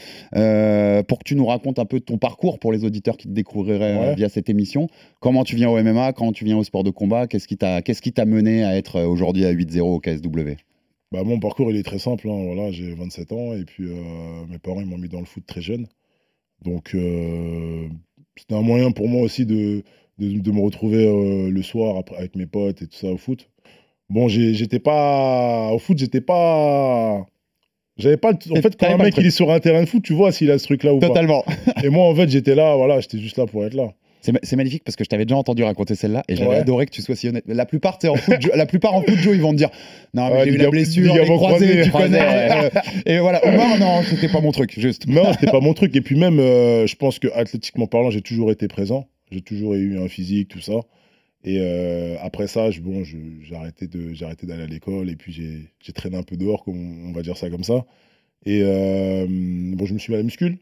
Speaker 7: pour que tu nous racontes un peu ton parcours pour les auditeurs qui te découvriraient via cette émission. Comment tu viens au MMA, comment tu viens au sport de combat, qu'est-ce qui t'a mené à être aujourd'hui à 8-0 au KSW?
Speaker 9: Bah, mon parcours, il est très simple. Voilà, j'ai 27 ans et puis mes parents ils m'ont mis dans le foot très jeune. Donc, c'était un moyen pour moi aussi de me retrouver le soir après, avec mes potes et tout ça au foot. Bon, j'étais pas... Au foot, j'étais pas... J'avais pas... En fait, quand un mec il est sur un terrain de foot, tu vois s'il a ce truc-là ou
Speaker 7: Totalement.
Speaker 9: pas. Et moi, en fait, j'étais là, voilà, j'étais juste là pour être là.
Speaker 7: C'est magnifique parce que je t'avais déjà entendu raconter celle-là et j'avais adoré que tu sois si honnête. La plupart en foot, Joe, ils vont te dire non, mais j'ai eu la blessure, les croisés, tu connais. Et voilà, Oumar, non, c'était pas mon truc, juste.
Speaker 9: Non, c'était pas mon truc. Et puis même, je pense que athlétiquement parlant, j'ai toujours été présent. J'ai toujours eu un physique, tout ça. Et après ça, j'ai arrêté d'aller à l'école et puis j'ai traîné un peu dehors, on va dire ça comme ça. Et je me suis mis à la muscule.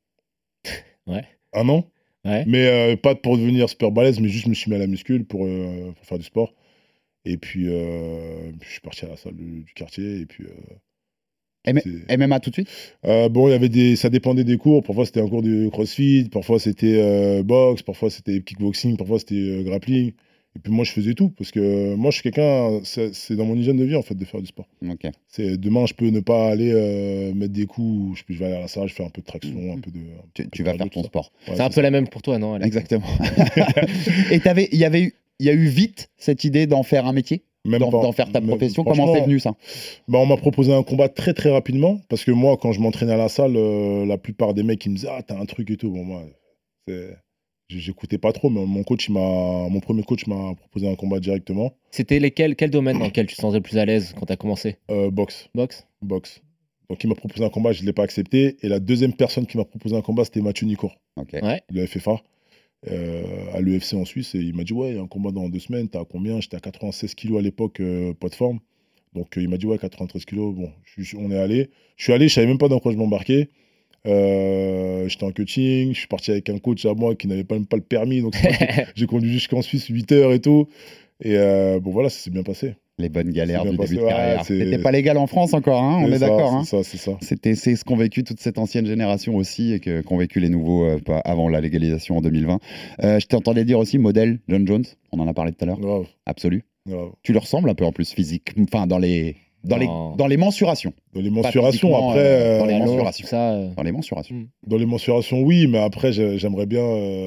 Speaker 8: Ouais.
Speaker 9: 1 an.
Speaker 8: Ouais.
Speaker 9: Mais pas pour devenir super balèze, mais juste je me suis mis à la muscule pour faire du sport. Et puis, je suis parti à la salle du quartier. Et puis,
Speaker 7: MMA tout de suite?
Speaker 9: Bon, il y avait ça dépendait des cours. Parfois, c'était un cours de crossfit. Parfois, c'était boxe. Parfois, c'était kickboxing. Parfois, c'était grappling. Et puis moi, je faisais tout. Parce que moi, je suis quelqu'un... C'est dans mon hygiène de vie, en fait, de faire du sport.
Speaker 7: Ok.
Speaker 9: Demain, je peux ne pas aller mettre des coups. Je vais aller à la salle, je fais un peu de traction, un peu de...
Speaker 7: Tu vas faire ton sport.
Speaker 9: Ouais,
Speaker 8: c'est un peu la même pour toi, non, Alex?
Speaker 7: Exactement. Et il y a eu vite cette idée d'en faire un métier? D'en faire ta profession? Comment c'est venu ça?
Speaker 9: On m'a proposé un combat très très rapidement parce que moi quand je m'entraînais à la salle, la plupart des mecs ils me disaient ah t'as un truc et tout. Bon moi j'écoutais pas trop, mais mon premier coach m'a proposé un combat directement.
Speaker 8: C'était quel domaine dans lequel tu te sentais le plus à l'aise quand tu as commencé?
Speaker 9: Boxe.
Speaker 8: Boxe.
Speaker 9: Donc il m'a proposé un combat, je l'ai pas accepté, et la deuxième personne qui m'a proposé un combat c'était Mathieu Nicourt, le FFA. À l'UFC en Suisse, et il m'a dit ouais, il y a un combat dans 2 semaines, t'as combien? J'étais à 96 kilos à l'époque, pas de forme. Donc il m'a dit ouais, 93 kilos. Bon, on est allé. Je suis allé, je savais même pas dans quoi je m'embarquais. J'étais en coaching, je suis parti avec un coach à moi qui n'avait même pas le permis, donc j'ai conduit jusqu'en Suisse 8 heures et tout. Et bon voilà, ça s'est bien passé.
Speaker 7: Les bonnes galères du début de
Speaker 9: ouais,
Speaker 7: carrière. C'était pas légal en France encore, hein, on est d'accord. Hein.
Speaker 9: C'est ça.
Speaker 7: C'est ce qu'ont vécu toute cette ancienne génération aussi et qu'ont vécu les nouveaux avant la légalisation en 2020. Je t'entendais dire aussi modèle John Jones, on en a parlé tout à l'heure.
Speaker 9: Grave.
Speaker 7: Absolu.
Speaker 9: Grave.
Speaker 7: Tu le ressembles un peu en plus physique, enfin dans les mensurations.
Speaker 9: Dans les mensurations, après.
Speaker 7: Dans les mensurations.
Speaker 8: Ça,
Speaker 7: Dans les mensurations.
Speaker 9: Dans les mensurations, oui, mais après, j'aimerais bien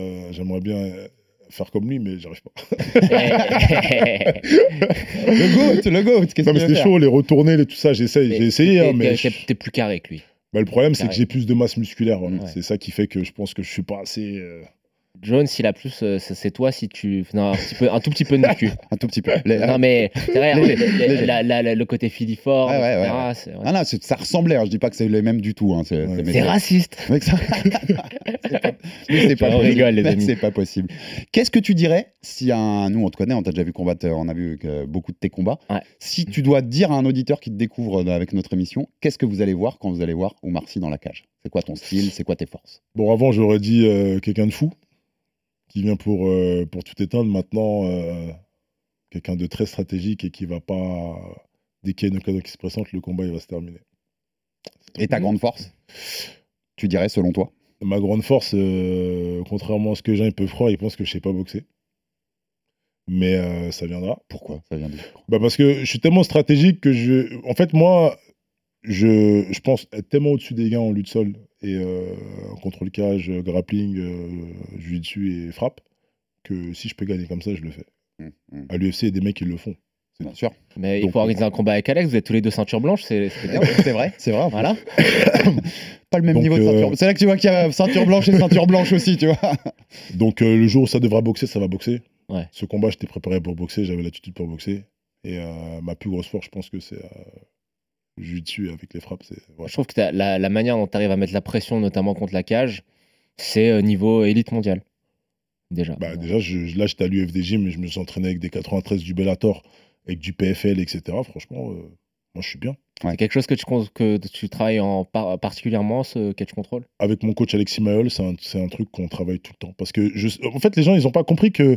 Speaker 9: faire comme lui, mais j'arrive pas.
Speaker 7: Le GOAT, qu'est-ce
Speaker 9: Non, mais c'était chaud, les retourner, tout ça, j'ai essayé. Hein, mais
Speaker 8: t'es plus carré que lui.
Speaker 9: Bah, le problème, c'est que j'ai plus de masse musculaire. Voilà.
Speaker 8: Ouais.
Speaker 9: C'est ça qui fait que je pense que je suis pas assez.
Speaker 8: Jones, il a plus, c'est toi si tu. Non, un tout petit peu de cul.
Speaker 7: Un tout petit peu.
Speaker 8: Non, mais c'est vrai, le côté filiforme,
Speaker 7: ouais.
Speaker 8: etc.
Speaker 7: Ah non, ça ressemblait, hein, je dis pas que c'est les mêmes du tout. Hein,
Speaker 8: c'est raciste.
Speaker 7: C'est pas possible.
Speaker 8: Rigole, les amis.
Speaker 7: C'est pas possible. Qu'est-ce que tu dirais si nous on te connaît, on t'a déjà vu combattre, on a vu beaucoup de tes combats.
Speaker 8: Ouais.
Speaker 7: Si tu dois dire à un auditeur qui te découvre avec notre émission, qu'est-ce que vous allez voir quand vous allez voir Oumar Sy dans la cage? C'est quoi ton style? C'est quoi tes forces?
Speaker 9: Bon, avant, j'aurais dit quelqu'un de fou qui vient pour tout éteindre. Maintenant, quelqu'un de très stratégique et qui va pas. Dès qu'il y a une occasion qui se présente, le combat il va se terminer.
Speaker 7: Et ta grande force? Tu dirais selon toi?
Speaker 9: Ma grande force, contrairement à ce que les gens peuvent croire, ils pensent que je sais pas boxer. Mais ça viendra.
Speaker 7: Pourquoi ça vient
Speaker 9: parce que je suis tellement stratégique que en fait, moi, je pense être tellement au-dessus des gars en lutte sol et contrôle cage, grappling, jiu-jitsu et frappe, que si je peux gagner comme ça, je le fais. À l'UFC, il y a des mecs qui le font.
Speaker 7: Bien sûr.
Speaker 8: Mais il faut organiser un combat avec Alex, vous êtes tous les deux ceintures blanches, c'est
Speaker 7: vrai.
Speaker 8: Voilà.
Speaker 7: Pas le même niveau de ceinture. C'est là que tu vois qu'il y a ceinture blanche et ceinture blanche aussi, tu vois.
Speaker 9: Donc le jour où ça devra boxer, ça va boxer.
Speaker 8: Ouais.
Speaker 9: Ce combat, j'étais préparé pour boxer, j'avais l'attitude pour boxer. Et ma plus grosse force, je pense que c'est jiu-jitsu avec les frappes. Voilà.
Speaker 8: Je trouve que la manière dont tu arrives à mettre la pression, notamment contre la cage, c'est niveau élite mondiale. Déjà.
Speaker 9: Déjà, là, j'étais à l'UFDG, mais je me suis entraîné avec des 93 du Bellator, avec du PFL, etc. Franchement, moi, je suis bien.
Speaker 8: C'est quelque chose que tu travailles particulièrement, ce catch control?
Speaker 9: Avec mon coach Alexis Mayol, c'est un truc qu'on travaille tout le temps. Parce que, en fait, les gens, ils n'ont pas compris que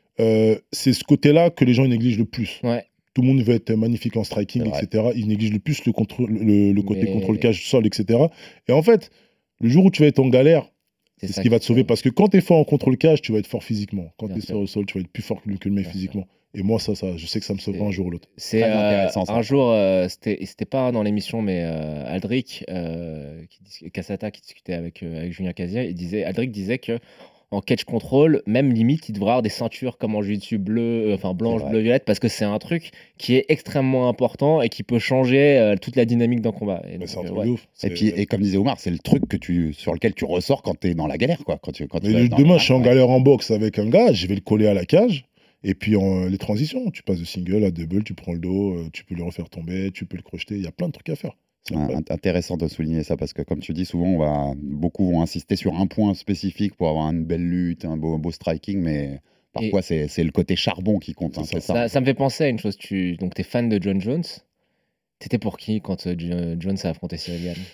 Speaker 9: c'est ce côté-là que les gens ils négligent le plus.
Speaker 8: Ouais.
Speaker 9: Tout le monde veut être magnifique en striking, etc. Ils négligent le plus le côté contrôle cage sol, etc. Et en fait, le jour où tu vas être en galère, c'est ce qui va te sauver. Parce que quand tu es fort en contrôle cage, tu vas être fort physiquement. Quand tu es sur le sol, tu vas être plus fort que le mec physiquement. Et moi, ça, je sais que ça me sauvera un jour ou l'autre.
Speaker 8: C'est intéressant. Un jour, c'était pas dans l'émission, mais Aldric Cassata qui discutait avec Julien Cazia, Aldric disait que en catch control, même limite, il devrait avoir des ceintures comme en jiu-jitsu blanche, bleu, violette, parce que c'est un truc qui est extrêmement important et qui peut changer toute la dynamique d'un combat. Et donc,
Speaker 9: c'est un truc de ouf.
Speaker 7: Et comme disait Oumar, c'est le truc sur lequel tu ressors quand tu es dans la galère, quoi.
Speaker 9: Demain, je suis en galère en boxe avec un gars, je vais le coller à la cage. Et puis les transitions, tu passes de single à double, tu prends le dos, tu peux le refaire tomber, tu peux le crocheter, il y a plein de trucs à faire.
Speaker 7: Intéressant de souligner ça parce que comme tu dis souvent, beaucoup vont insister sur un point spécifique pour avoir une belle lutte, un beau striking, mais parfois c'est le côté charbon qui compte. Hein,
Speaker 8: ça me fait penser à une chose, donc t'es fan de John Jones, t'étais pour qui quand Jones a affronté Cyril Gann?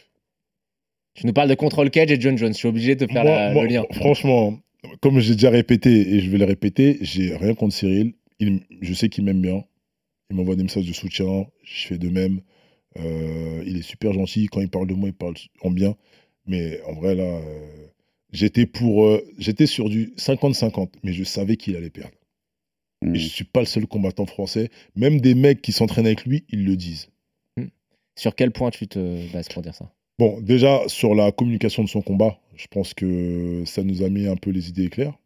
Speaker 8: Tu nous parles de Control Cage et John Jones, je suis obligé de faire le lien.
Speaker 9: Franchement, comme j'ai déjà répété et je vais le répéter, j'ai rien contre Cyril, je sais qu'il m'aime bien. il m'envoie des messages de soutien, je fais de même. Il est super gentil. Quand il parle de moi, il parle en bien. Mais en vrai, là, j'étais sur du 50-50, mais je savais qu'il allait perdre. Et je ne suis pas le seul combattant français. Même des mecs qui s'entraînent avec lui, ils le disent.
Speaker 8: Sur quel point tu te bases pour dire ça?
Speaker 9: Bon, déjà, sur la communication de son combat, je pense que ça nous a mis un peu les idées claires.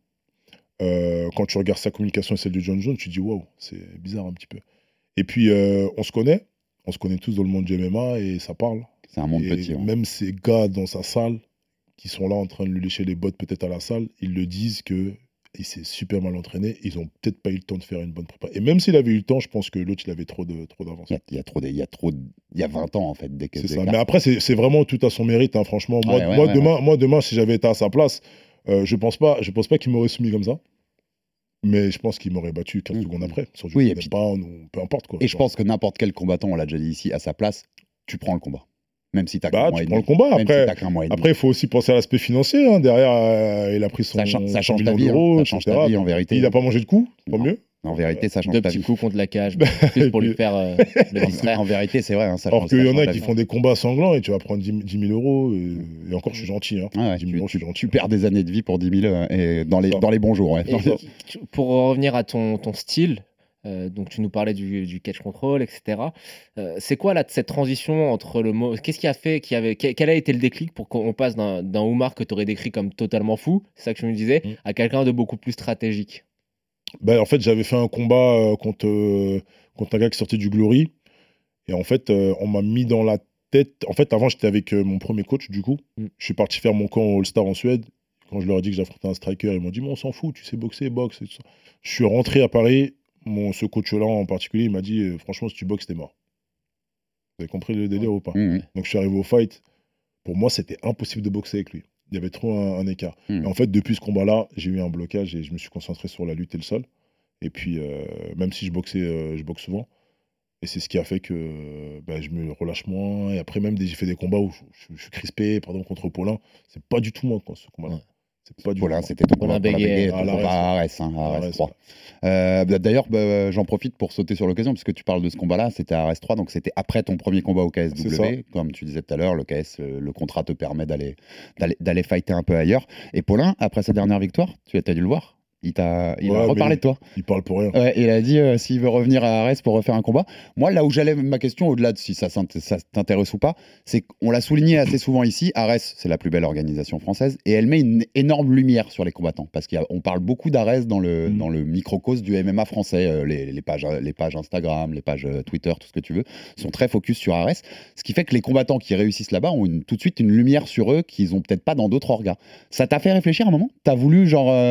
Speaker 9: Quand tu regardes sa communication et celle de John Jones, tu te dis waouh, c'est bizarre un petit peu. Et puis, on se connaît tous dans le monde du MMA et ça parle.
Speaker 7: C'est un monde
Speaker 9: Et
Speaker 7: petit. Ouais.
Speaker 9: même ces gars dans sa salle, qui sont là en train de lui lécher les bottes peut-être à la salle, ils le disent que il s'est super mal entraîné, ils ont peut-être pas eu le temps de faire une bonne prépa. Et même s'il avait eu le temps, je pense que l'autre, il avait trop d'avance.
Speaker 7: Il y a 20 ans, en fait.
Speaker 9: C'est ça. Mais après, c'est vraiment tout à son mérite, hein, franchement. Moi, demain, si j'avais été à sa place, je pense pas qu'il m'aurait soumis comme ça. Mais je pense qu'il m'aurait battu 15 secondes après. Sur du
Speaker 7: et puis,
Speaker 9: peu importe, quoi.
Speaker 7: Et je pense que n'importe quel combattant, on l'a déjà dit ici, à sa place, tu prends le combat. Même si tu as qu'un mois et demi.
Speaker 9: Tu prends le combat. Après, il faut aussi penser à l'aspect financier. Hein. Derrière, il a pris son
Speaker 7: ça change ta
Speaker 9: million
Speaker 7: vie,
Speaker 9: d'euros,
Speaker 7: ça change ta vie, en vérité.
Speaker 9: Il n'a pas mangé de coups, tant mieux.
Speaker 7: En vérité, ça change
Speaker 8: Deux
Speaker 7: ta
Speaker 8: petits
Speaker 7: vie.
Speaker 8: coups contre la cage, juste pour lui faire le distraire.
Speaker 7: En vérité, c'est vrai. Hein,
Speaker 9: alors qu'il y en a qui font des combats sanglants et tu vas prendre 10 000 euros. Et encore, je suis gentil. Hein.
Speaker 7: Ah ouais,
Speaker 9: 10 000 euros, je suis gentil.
Speaker 7: Tu perds des années de vie pour 10 000 et dans les bons jours. Ouais.
Speaker 8: Pour revenir à ton style, donc tu nous parlais du catch control, etc. C'est quoi là, cette transition entre le mot... Qu'est-ce qui a fait quel a été le déclic pour qu'on passe d'un Oumar que tu aurais décrit comme totalement fou, c'est ça que je me disais, à quelqu'un de beaucoup plus stratégique?
Speaker 9: En fait, j'avais fait un combat contre un gars qui sortait du Glory. Et en fait, on m'a mis dans la tête... En fait, avant, j'étais avec mon premier coach, du coup. Je suis parti faire mon camp au All-Star en Suède. Quand je leur ai dit que j'affrontais un striker, ils m'ont dit « Mais on s'en fout, tu sais boxer, boxe. » et tout ça. Je suis rentré à Paris. Ce coach-là en particulier, il m'a dit franchement, si tu boxes, t'es mort. Vous avez compris le délire ou pas? Donc je suis arrivé au fight. Pour moi, c'était impossible de boxer avec lui. Il y avait trop un écart. Et en fait, depuis ce combat-là, j'ai eu un blocage et je me suis concentré sur la lutte et le sol. Et puis, même si je boxais, je boxe souvent. Et c'est ce qui a fait que je me relâche moins. Et après, même, j'ai fait des combats où je suis crispé, par exemple, contre Paulin. C'est pas du tout moi, quoi, ce combat-là. C'est pas du
Speaker 7: Paulin, c'était ton combat à Arès, Arès 3. D'ailleurs, j'en profite pour sauter sur l'occasion, parce que tu parles de ce combat-là, c'était à Arès 3, donc c'était après ton premier combat au KSW. Comme tu disais tout à l'heure, le KS, le contrat te permet d'aller fighter un peu ailleurs. Et Paulin, après sa dernière victoire, tu as dû le voir. Il a reparlé de toi.
Speaker 9: Il parle pour rien.
Speaker 7: Ouais, il a dit s'il veut revenir à Arès pour refaire un combat. Moi, là où j'allais ma question, au-delà de si ça t'intéresse ou pas, c'est qu'on l'a souligné assez souvent ici. Arès, c'est la plus belle organisation française et elle met une énorme lumière sur les combattants parce qu'on parle beaucoup d'Arès dans le microcosme du MMA français. Les pages Instagram, les pages Twitter, tout ce que tu veux, sont très focus sur Arès. Ce qui fait que les combattants qui réussissent là-bas ont tout de suite une lumière sur eux qu'ils n'ont peut-être pas dans d'autres orgas. Ça t'a fait réfléchir un moment? T'as voulu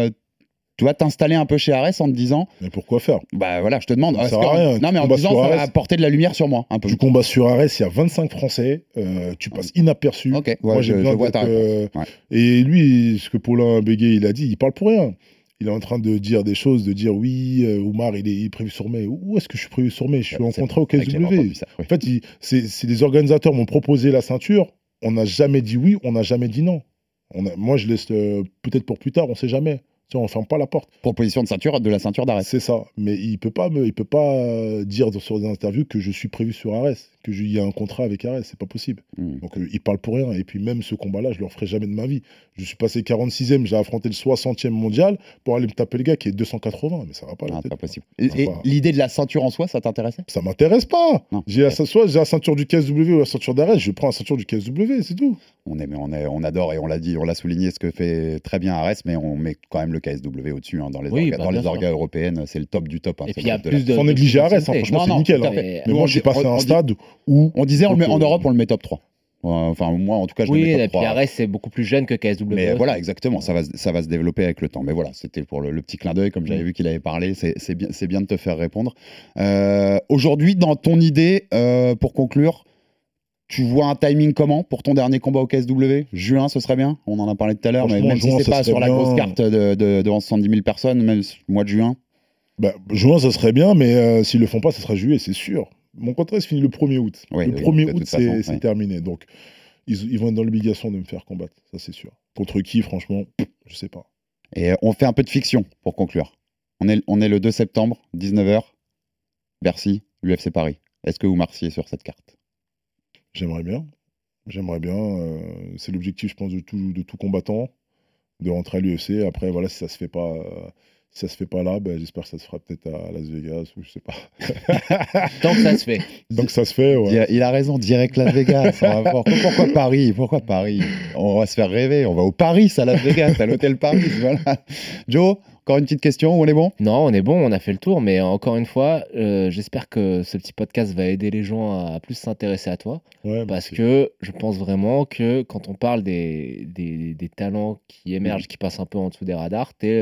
Speaker 7: tu vas t'installer un peu chez Arès en te disant...
Speaker 9: Mais pourquoi faire?
Speaker 7: Voilà, je te demande.
Speaker 9: Ça sert à rien.
Speaker 7: Non, mais en te disant, ça va apporter de la lumière sur moi, un peu.
Speaker 9: Tu combats sur Arès, il y a 25 Français, tu passes inaperçu.
Speaker 7: Ok,
Speaker 9: moi,
Speaker 7: je vois ta réponse.
Speaker 9: Et lui, ce que Paulin Béguet, il a dit, il parle pour rien. Il est en train de dire des choses, de dire oui, Oumar, il est prévu sur mai. Où est-ce que je suis prévu sur mai? Je suis en contrat au KSW. En fait, c'est des organisateurs m'ont proposé la ceinture. On n'a jamais dit oui, on n'a jamais dit non. Moi, je laisse peut-être pour plus tard, on ne sait jamais. On ne ferme pas la porte.
Speaker 7: Proposition de la ceinture d'Arès.
Speaker 9: C'est ça. Mais il peut pas dire sur des interviews que je suis prévu sur Arès, qu'il y a un contrat avec Arès. C'est pas possible. Donc il parle pour rien. Et puis même ce combat-là, je le referai jamais de ma vie. Je suis passé 46e, j'ai affronté le 60e mondial pour aller me taper le gars qui est 280. Mais ça va pas.
Speaker 7: C'est pas possible. Et l'idée de la ceinture en soi, ça t'intéressait?
Speaker 9: Ça m'intéresse pas. Soit j'ai la ceinture du KSW ou la ceinture d'Arès, je prends la ceinture du KSW, c'est tout.
Speaker 7: On adore et on l'a dit, on l'a souligné ce que fait très bien Arès, mais on met quand même le KSW au-dessus dans les orgas européennes, c'est le top du top.
Speaker 8: Et puis il y a plus de...
Speaker 9: Sans négliger Arès, franchement c'est nickel. Mais moi je suis passé à un stade où...
Speaker 7: On disait en Europe on le met top 3. Enfin moi en tout cas je le mets top 3.
Speaker 8: Oui, et puis Arès c'est beaucoup plus jeune que KSW.
Speaker 7: Mais voilà, exactement, ça va se développer avec le temps. Mais voilà, c'était pour le petit clin d'œil, comme j'avais vu qu'il avait parlé, c'est bien de te faire répondre. Aujourd'hui, dans ton idée, pour conclure, tu vois un timing comment pour ton dernier combat au KSW? Juin, ce serait bien. On en a parlé tout à l'heure, mais même si c'est pas sur la grosse carte devant 70 000 personnes, même mois de juin.
Speaker 9: Juin, ça serait bien, mais s'ils le font pas, ça sera juillet, c'est sûr. Mon contrat se finit le 1er août. Le 1er août, c'est terminé. Donc, ils vont être dans l'obligation de me faire combattre, ça c'est sûr. Contre qui, franchement, je sais pas.
Speaker 7: Et on fait un peu de fiction pour conclure. On est le 2 septembre, 19h, Bercy. l'UFC Paris. Est-ce que Oumar Sy est sur cette carte?
Speaker 9: J'aimerais bien. C'est l'objectif, je pense, de tout combattant, de rentrer à l'UFC. Après, voilà, si ça se fait pas là, j'espère que ça se fera peut-être à Las Vegas ou je sais pas.
Speaker 8: Tant que ça se fait.
Speaker 9: Donc ça se fait, ouais.
Speaker 7: Il a raison, direct Las Vegas. Pourquoi Paris? On va se faire rêver. On va au Paris, à Las Vegas, à l'hôtel Paris. Voilà. Joe, encore une petite question, on est bon?
Speaker 8: Non, on est bon, on a fait le tour, mais encore une fois, j'espère que ce petit podcast va aider les gens à plus s'intéresser à toi.
Speaker 9: Ouais,
Speaker 8: parce que je pense vraiment que quand on parle des talents qui émergent, qui passent un peu en dessous des radars, t'es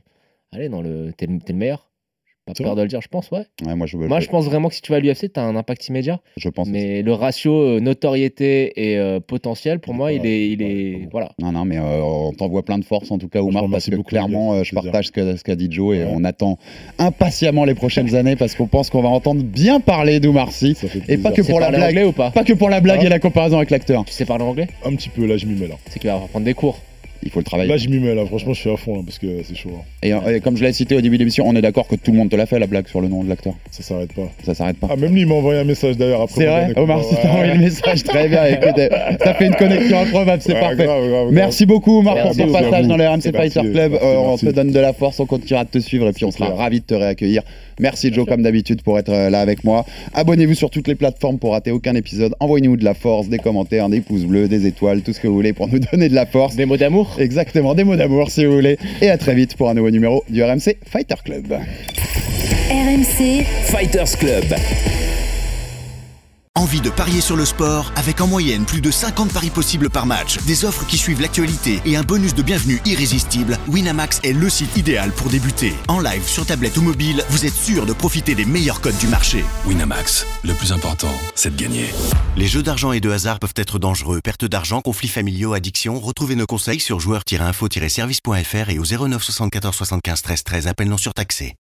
Speaker 8: le meilleur. Pas peur de le dire, je pense, ouais.
Speaker 7: Moi, je
Speaker 8: pense vraiment que si tu vas à l'UFC, t'as un impact immédiat.
Speaker 7: Je pense.
Speaker 8: Mais le ratio notoriété et potentiel, pour moi, il est voilà.
Speaker 7: Non, mais on t'envoie plein de force en tout cas, Oumar, parce que
Speaker 9: beaucoup,
Speaker 7: clairement, je partage ce qu'a dit Joe et on attend impatiemment les prochaines années parce qu'on pense qu'on va entendre bien parler d'Oumar Sy et pas que pour la blague
Speaker 8: anglais ou pas
Speaker 7: que pour la blague et la comparaison avec l'acteur.
Speaker 8: Tu sais parler anglais?
Speaker 9: Un petit peu, là, je m'y mets là.
Speaker 8: C'est qu'il va prendre des cours.
Speaker 7: Il faut le travailler.
Speaker 9: Là, je m'y mets là. Franchement, je suis à fond là, parce que c'est chaud.
Speaker 7: Et comme je l'ai cité au début de l'émission, on est d'accord que tout le monde te l'a fait, la blague sur le nom de l'acteur.
Speaker 9: Ça s'arrête pas.
Speaker 7: Ah,
Speaker 9: même lui, il m'a envoyé un message d'ailleurs après.
Speaker 7: C'est vrai, Oumar Sy t'a envoyé le message. Très bien, écoute, ça fait une connexion improbable, c'est parfait.
Speaker 9: Grave.
Speaker 7: Merci beaucoup, Oumar, pour ton passage dans le RMC
Speaker 9: C'est
Speaker 7: Fighter
Speaker 9: parti,
Speaker 7: Club.
Speaker 9: merci.
Speaker 7: On te donne de la force, on continuera de te suivre et puis on sera ravis de te réaccueillir. Merci Joe, comme d'habitude, pour être là avec moi. Abonnez-vous sur toutes les plateformes pour rater aucun épisode. Envoyez-nous de la force, des commentaires, des pouces bleus, des étoiles, tout ce que vous voulez pour nous donner de la force.
Speaker 8: Des mots d'amour.
Speaker 7: Exactement, des mots d'amour si vous voulez. Et à très vite pour un nouveau numéro du RMC Fighter Club.
Speaker 4: RMC Fighters Club.
Speaker 1: Envie de parier sur le sport avec en moyenne plus de 50 paris possibles par match, des offres qui suivent l'actualité et un bonus de bienvenue irrésistible, Winamax est le site idéal pour débuter. En live, sur tablette ou mobile, vous êtes sûr de profiter des meilleurs codes du marché.
Speaker 2: Winamax, le plus important, c'est de gagner.
Speaker 1: Les jeux d'argent et de hasard peuvent être dangereux. Perte d'argent, conflits familiaux, addiction. Retrouvez nos conseils sur joueurs-info-service.fr et au 09 74 75 13 13. Appel non surtaxé.